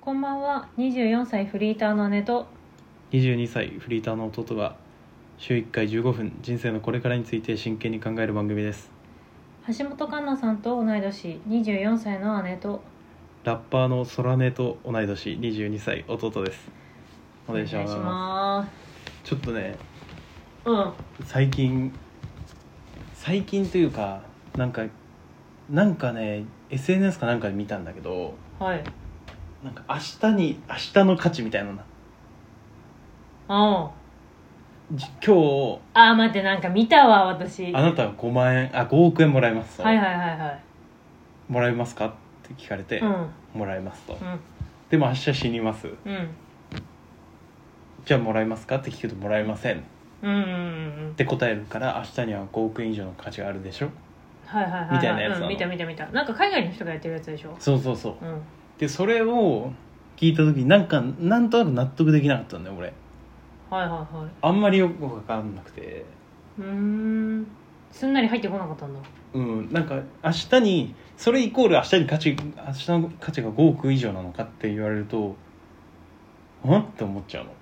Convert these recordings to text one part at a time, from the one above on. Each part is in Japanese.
こんばんは。24歳フリーターの姉と 22歳フリーターの弟が週1回15分人生のこれからについて真剣に考える番組です。 橋本環奈さんと同い年24歳の姉とラッパーの空音と同い年22歳弟です。お願いします。ちょっとね、最近というかなんかね SNS かなんかで見たんだけど、 はい。 なんか明日の価値みたいなのあ今日あ。待って、なんか見たわ私。 あなたは5億円もらえますと、 はいはいはいはい。 もらえますかって聞かれて、もらえますと、 うんでも明日死にます、 うん。 じゃあもらえますかって聞くともらえませんっうんうんうん。 て答えるから、明日には5億円以上の価値があるでしょはいはいはいはい。 みたいなやつなの。 見た。なんか海外の人がやってるやつでしょ。 そう、でそれを聞いた時なんとなく納得できなかったんだよ俺。 はいはいはい。 あんまりよく分かんなくて、 すんなり入ってこなかったんだ。 なんか明日にそれイコール明日の価値が5億以上なのかって言われるとって思っちゃうの。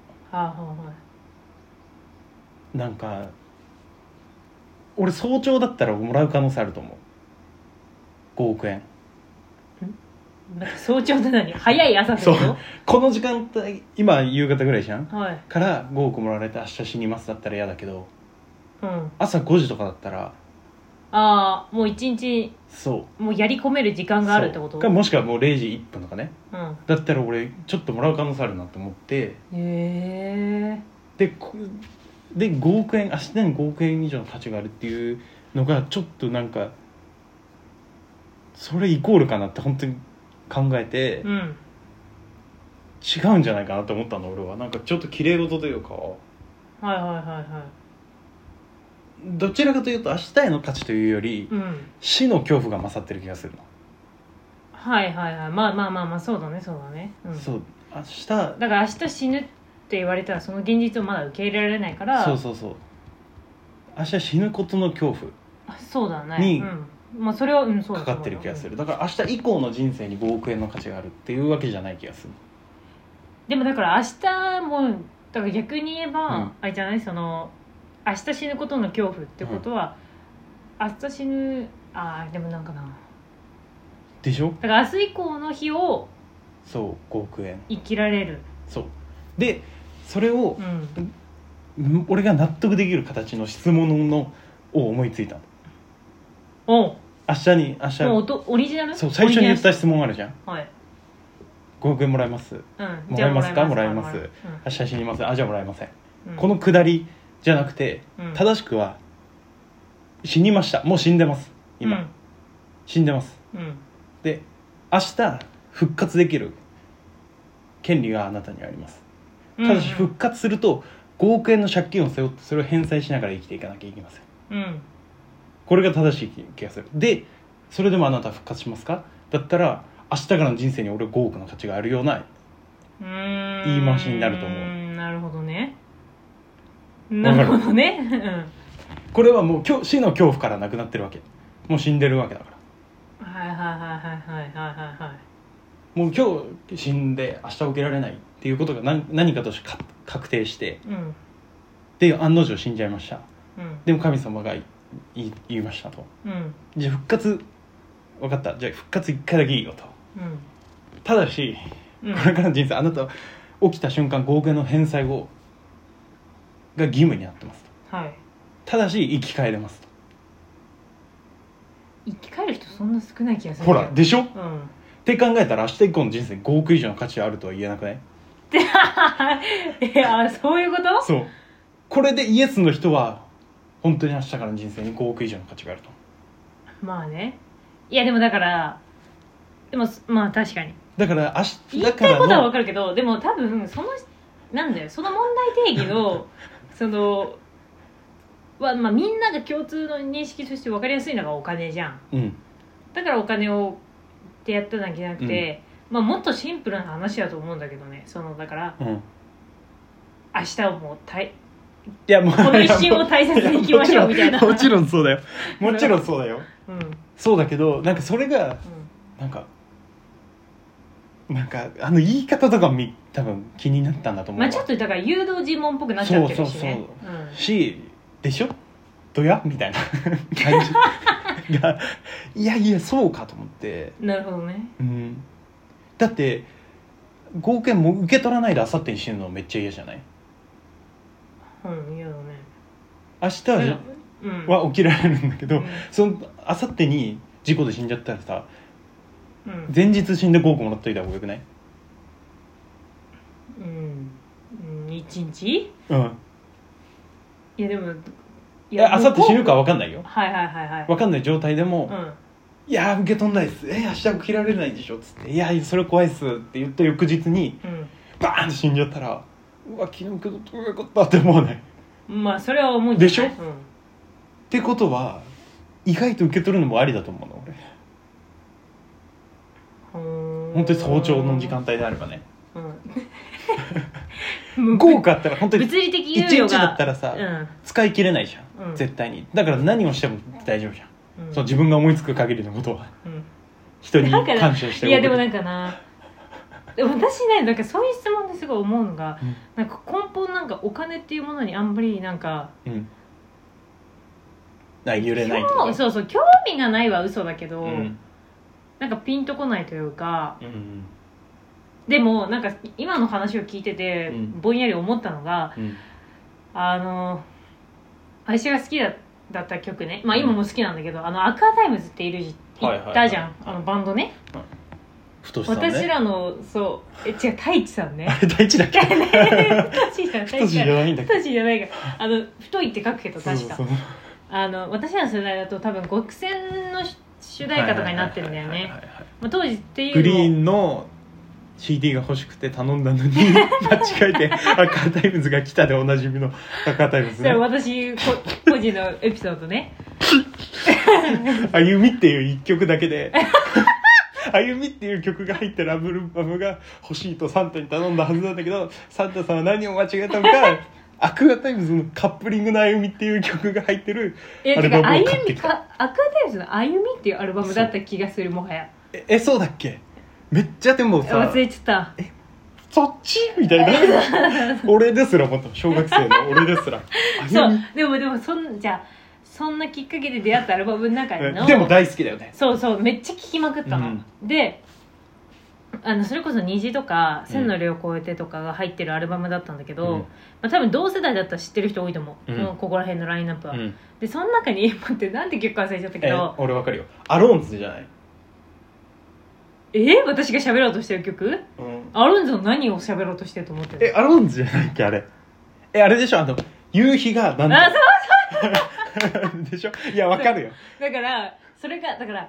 なんか俺早朝だったらもらう可能性あると思う。5億円早朝って何？早い朝ってこと？ そう、この時間帯今夕方ぐらいじゃん、 はい、 から5億もらわれて明日死にますだったら嫌だけど、 うん朝5時とかだったらもう一日そうもうやり込める時間があるってこと？ もしくはもう0時1分とかね、 うん、 だったら俺ちょっともらう可能性あるなと思って、で5億円明日に5億円以上の価値があるっていうのがちょっとなんかそれイコールかなって本当に考えて、違うんじゃないかなと思ったの俺は。なんかちょっと綺麗事というか、どちらかというと明日への価値というより、死の恐怖が勝ってる気がするの。 まあそうだね、そう明日だから明日死ぬって言われたらその現実をまだ受け入れられないから、 そう明日死ぬことの恐怖そうだねにそれはそうだかかってる気がする。だから明日以降の人生に5億円の価値があるっていうわけじゃない気がする。 でもだから明日もだから逆に言えば、あれじゃない、その明日死ぬことの恐怖ってことは、明日死ぬでもなんかなでしょ。 だから明日以降の日をそう5億円生きられる。 そうでそれを、俺が納得できる形の質問を思いついたの。明日もうオリジナル？ そう、最初に言った質問あるじゃん。 はい 5億円もらえます、もらえますか？もらえます、明日死にます、じゃあもらえません、このくだりじゃなくて、正しくは死にました、もう死んでます今、死んでます、で明日復活できる権利があなたにあります。ただし復活すると5億円の借金を背負ってそれを返済しながら生きていかなきゃいけません、これが正しい気がする。でそれでもあなたは復活しますか？だったら明日からの人生に俺5億の価値があるような言い回しになると思う。 なるほどね。 これはもう死の恐怖からなくなってるわけ。もう死んでるわけだから。もう今日死んで明日起きられないっていうことが何かとして確定して、で案の定死んじゃいました、でも神様が言いましたと、じゃあ復活分かった、じゃあ復活1回だけいいよと、ただし、これからの人生あなたは起きた瞬間5億円の返済が義務になってますと、ただし生き返れますと。 生き返る人そんな少ない気がする。 ほらでしょ、って考えたら明日以降の人生に5億以上の価値あるとは言えなくない？ そういうこと？ そう、これでイエスの人は本当に明日からの人生に5億以上の価値があると。 まあね。いやでもだからまあ確かにだから言いたいことは分かるけど、でも多分その問題定義のそのみんなが共通の認識として分かりやすいのがお金じゃん、だからお金をってやっただけじゃなくて、もっとシンプルな話だと思うんだけどね。だから、明日をもうこの一瞬を大切に生きましょうみたいな。 もちろんそうだよ、そうだけどなんかそれが、なんかなんか言い方とか多分気になったんだと思う。 まあちょっとだから誘導尋問っぽくなっちゃってるしね。 しでしょどやみたいな感じがいやそうかと思って。 なるほどね。 だって合計も受け取らないであさってに死ぬのめっちゃ嫌じゃない？ 嫌だね。 明日は起きられるんだけど、そのあさってに事故で死んじゃったらさ、前日死んで5億もらっといた方がよくない？ 1日？いやでもあさって死ぬか分かんないよ。 分かんない状態でも、いや受け取んないっす。明日起きられないでしょっつって、いやそれ怖いっすって言った翌日に、バーンって死んじゃったら、うわ昨日受け取ってよかったって思わない？ まあそれは思うんじゃない？でしょ？ ってことは意外と受け取るのもありだと思うの俺。本当に早朝の時間帯であればね。5億あったら本当に物理的猶予が 1日だったらさ、使い切れないじゃん、絶対に。だから何をしても大丈夫じゃん、そう自分が思いつく限りのことは、人に感謝しておく。 いやでもなんかな、でも私ね、なんかそういう質問ですごい思うのが、なんか根本なんかお金っていうものにあんまりなんか、 揺れないとか。 そう興味がないは嘘だけど、なんかピンとこないというか、でもなんか今の話を聞いててぼんやり思ったのが、私が好きだった曲ね、まあ今も好きなんだけど、アクアタイムズっていたじゃん、バンドね。私らの違う太一さんね。 あれ太一だっけ？ 太一じゃないんだっけ？太一じゃないか。太いって書くけど確か。私らの世代だと多分極戦の主題歌とかになってるんだよね。当時っていうのグリーンの CD が欲しくて頼んだのに間違えてアクアタイムズが来たでおなじみのアクアタイムズね。 私個人のエピソードね。 あゆみっていう一曲だけであゆみっていう曲が入ったアルバムが欲しいとサンタに頼んだはずなんだけど、サンタさんは何を間違えたのかアクアタイムズのカップリングのあゆみっていう曲が入ってるアルバムを買ってきた。 アクアタイムズのあゆみっていうアルバムだった気がする、もはや。 そうだっけ？めっちゃでもさ忘れちゃった。 そっちみたいな俺ですらもっと小学生の俺ですらそうでもそんなきっかけで出会ったアルバムの中のでも大好きだよね。 そうめっちゃ聴きまくったの、でそれこそ虹とか千の霊を超えてとかが入ってるアルバムだったんだけど、多分同世代だったら知ってる人多いと思う、ここら辺のラインナップは、でその中に待ってなんて曲忘れちゃったけど、 俺わかるよ。アローンズじゃない？ 私が喋ろうとしてる曲、アローンズの何を喋ろうとしてると思ってる？ アローンズじゃないっけあれ。あれでしょ、夕日がなんだそうでしょ。いやわかるよ。 だからそれがだから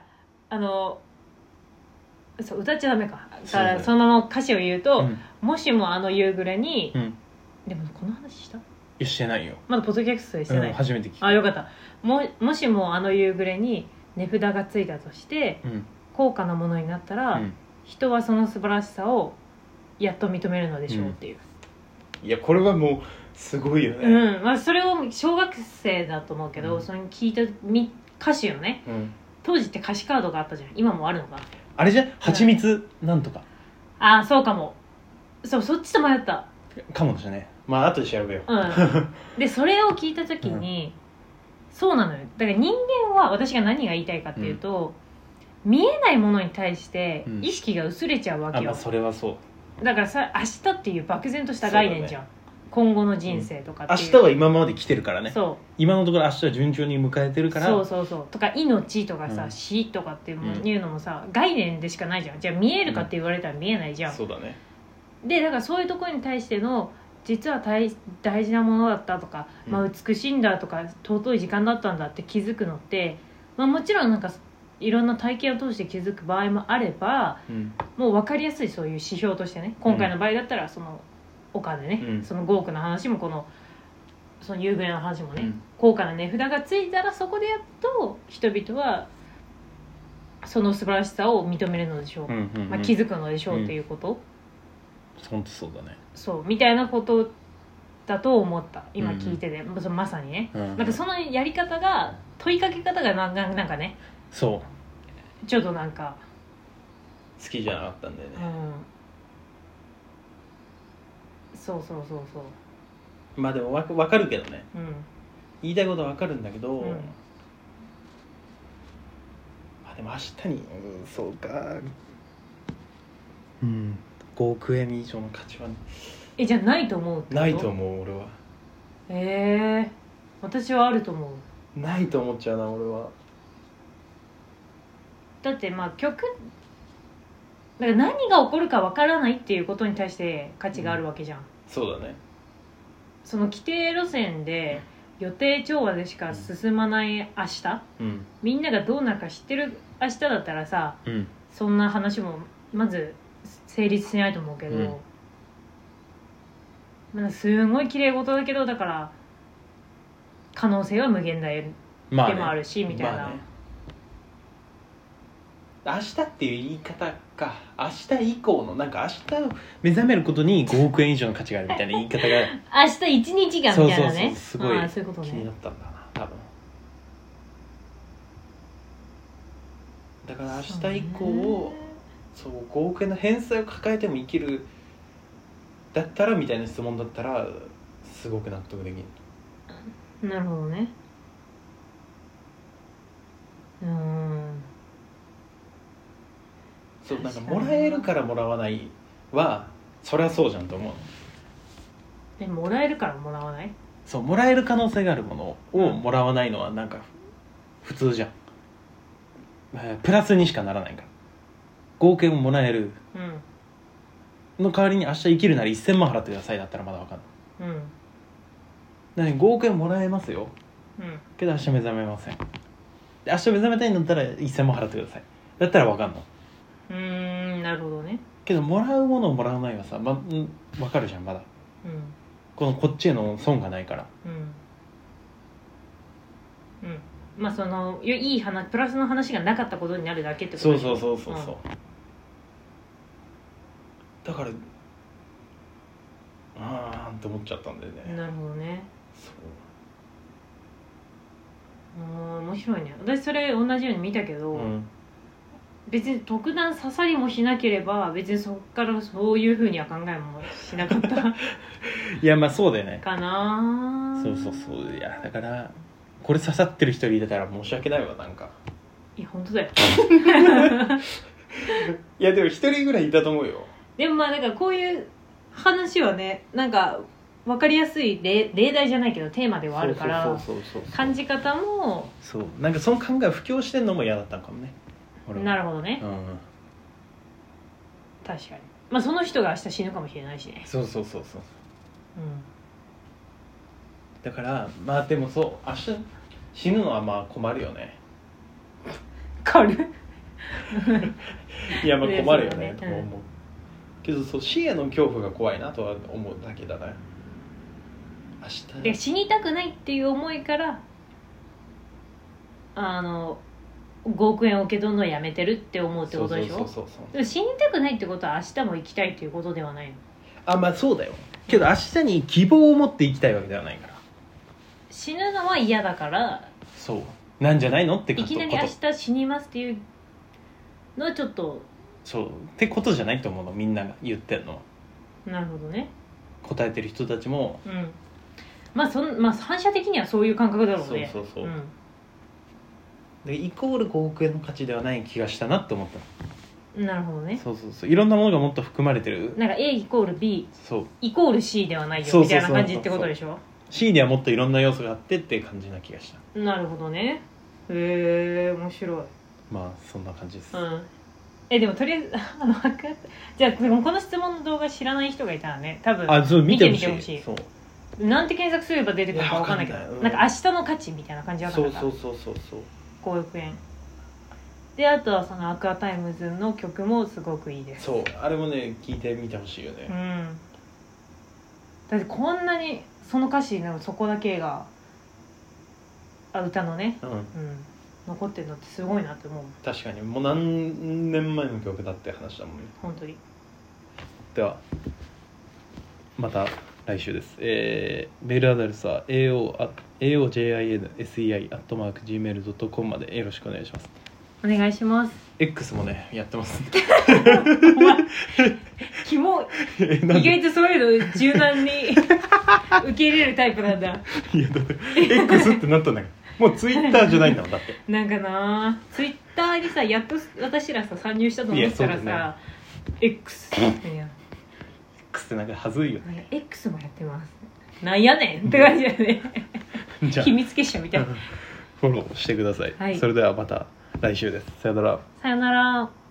そう歌っちゃダメか。だからそのまま歌詞を言うと、もしも夕暮れに、でもこの話した？いやしてないよ。 まだポッドキャストでしてない。 初めて聞いた。 よかった。もしも夕暮れに値札がついたとして、高価なものになったら、人はその素晴らしさをやっと認めるのでしょうっていう、 いやこれはもうすごいよね。 まあ、それを小学生だと思うけど、それに聞いた歌詞をね、当時って歌詞カードがあったじゃん。今もあるのかな。 あれじゃん、蜂蜜なんとか。 そうかも。そっちと迷ったかもしれない。まあ後で調べよう。でそれを聞いた時に、そうなのよ。だから人間は私が何が言いたいかっていうと、見えないものに対して意識が薄れちゃうわけよ。 それはそう。 だからさ、明日っていう漠然とした概念じゃん、今後の人生とかっていう、 明日は今まで来てるからね。今のところ明日は順調に迎えてるから。 そうとか命とかさ、死とかっていうのもさ、概念でしかないじゃん。じゃあ見えるかって言われたら見えないじゃん、 そうだね。 でだからそういうところに対しての実は大事なものだったとか、美しいんだとか尊い時間だったんだって気づくのって、もちろんなんかいろんな体験を通して気づく場合もあれば、もう分かりやすいそういう指標としてね、今回の場合だったらそのお金ね、その5億の話もその夕暮れの話もね、高価な値札がついたらそこでやっと人々はその素晴らしさを認めるのでしょう、気づくのでしょうっていうこと、 本当そうだね。 そうみたいなことだと思った今聞いてて、まさにね、なんかそのやり方が問いかけ方がなんかね、 そうちょっとなんか好きじゃなかったんだよね、 そうそうまあでも分かるけどね、 うん、 言いたいことは分かるんだけど、 うん、 まあでも明日に、そうか、5億円以上の価値はじゃあないと思うってこと？ ないと思う俺は。 私はあると思う。 ないと思っちゃうな俺は。 だってまあだから何が起こるかわからないっていうことに対して価値があるわけじゃん、 そうだね。 その規定路線で予定調和でしか進まない明日、みんながどうなるか知ってる明日だったらさ、そんな話もまず成立しないと思うけど、まあ、すごい綺麗事だけど、だから可能性は無限大でもあるし、みたいな、 明日っていう言い方か、明日以降のなんか明日を目覚めることに5億円以上の価値があるみたいな言い方が明日一日がみたいなね、 すごいそういうことね、 気になったんだな多分。だから明日以降をそう5億円の返済を抱えても生きるだったらみたいな質問だったらすごく納得できる。 なるほどね。 そうなんかもらえるからもらわないはそりゃそうじゃんと思う。 でももらえるからもらわない？ そう、もらえる可能性があるものをもらわないのはなんか普通じゃん。プラスにしかならないから。5億円をもらえるの代わりに明日生きるなら1000万払ってくださいだったらまだ分かんない。だから5億円もらえますよ、けど明日目覚めません。で明日目覚めたいんだったら1000万払ってくださいだったら分かんの。 なるほどね。 けどもらうものをもらわないはさ、分かるじゃんまだ、こっちへの損がないから。 まあそのいい話、プラスの話がなかったことになるだけってことでしょ。そう、 だからあーって思っちゃったんだよね。 なるほどね。そう面白いね。私それ同じように見たけど、別に特段刺さりもしなければ別にそっからそういうふうには考えもしなかったいやまあそうだよねかな。 そういやだからこれ刺さってる人いたら申し訳ないわ。なんかいや本当だよいやでも一人ぐらいいたと思うよ。 でもまあだからこういう話はね、なんか分かりやすい例題じゃないけどテーマではあるから、感じ方もそうなんかその考えを布教してんのも嫌だったのかもね。 なるほどね、確かに。まあその人が明日死ぬかもしれないしね。そう、 だからまあでもそう明日死ぬのはまあ困るよね。いやまあ困るよねと思う、けどそう死への恐怖が怖いなとは思うだけだな。明日で死にたくないっていう思いから5億円を受け取るのをやめてるって思うってことでしょ。でも死にたくないってことは明日も生きたいっていうことではないの。 まあそうだよ。けど明日に希望を持って生きたいわけではないから。 死ぬのは嫌だからそうなんじゃないのっていきなり明日死にますっていうのはちょっとそうってことじゃないと思うの、みんなが言ってんのは。 なるほどね。 答えてる人たちもまあ反射的にはそういう感覚だろうね。 でイコール5億円の価値ではない気がしたなって思った。 なるほどね。 いろんなものがもっと含まれてる。 なんか A イコール B イコール C ではないよみたいな感じってことでしょ。 C にはもっといろんな要素があってって感じな気がした。 なるほどね。へえ面白い。 まあそんな感じです。 でもとりあえずじゃあこの質問の動画知らない人がいたらね、多分見てみてほしい。なんて検索すれば出てくるか分かんないけど、なんか明日の価値みたいな感じだったから。そう5億円で、あとはそのアクアタイムズの曲もすごくいいです。 そうあれもね聞いてみてほしいよね。 だってこんなにその歌詞のそこだけが歌のね、残ってるのってすごいなって思う。 確かにもう何年前の曲だって話だもんね。 本当に。 ではまた来週です。メールアドレスは aojinSei@gmail.com までよろしくお願いします。 お願いします。 X もねやってます。 お前キモい意外とそういうの柔軟に受け入れるタイプなんだ。 いやだって X ってなったんだけど、もうツイッターじゃないんだもんだって。 なんかなツイッターにさやっと私らさ参入したと思ったらさ、X いや X ってなんかはずいよね。 X もやってます。なんやねんって感じだよね。 じゃあ秘密結社みたいな。 フォローしてください、 はい、 それではまた来週です。さよなら。 さよなら。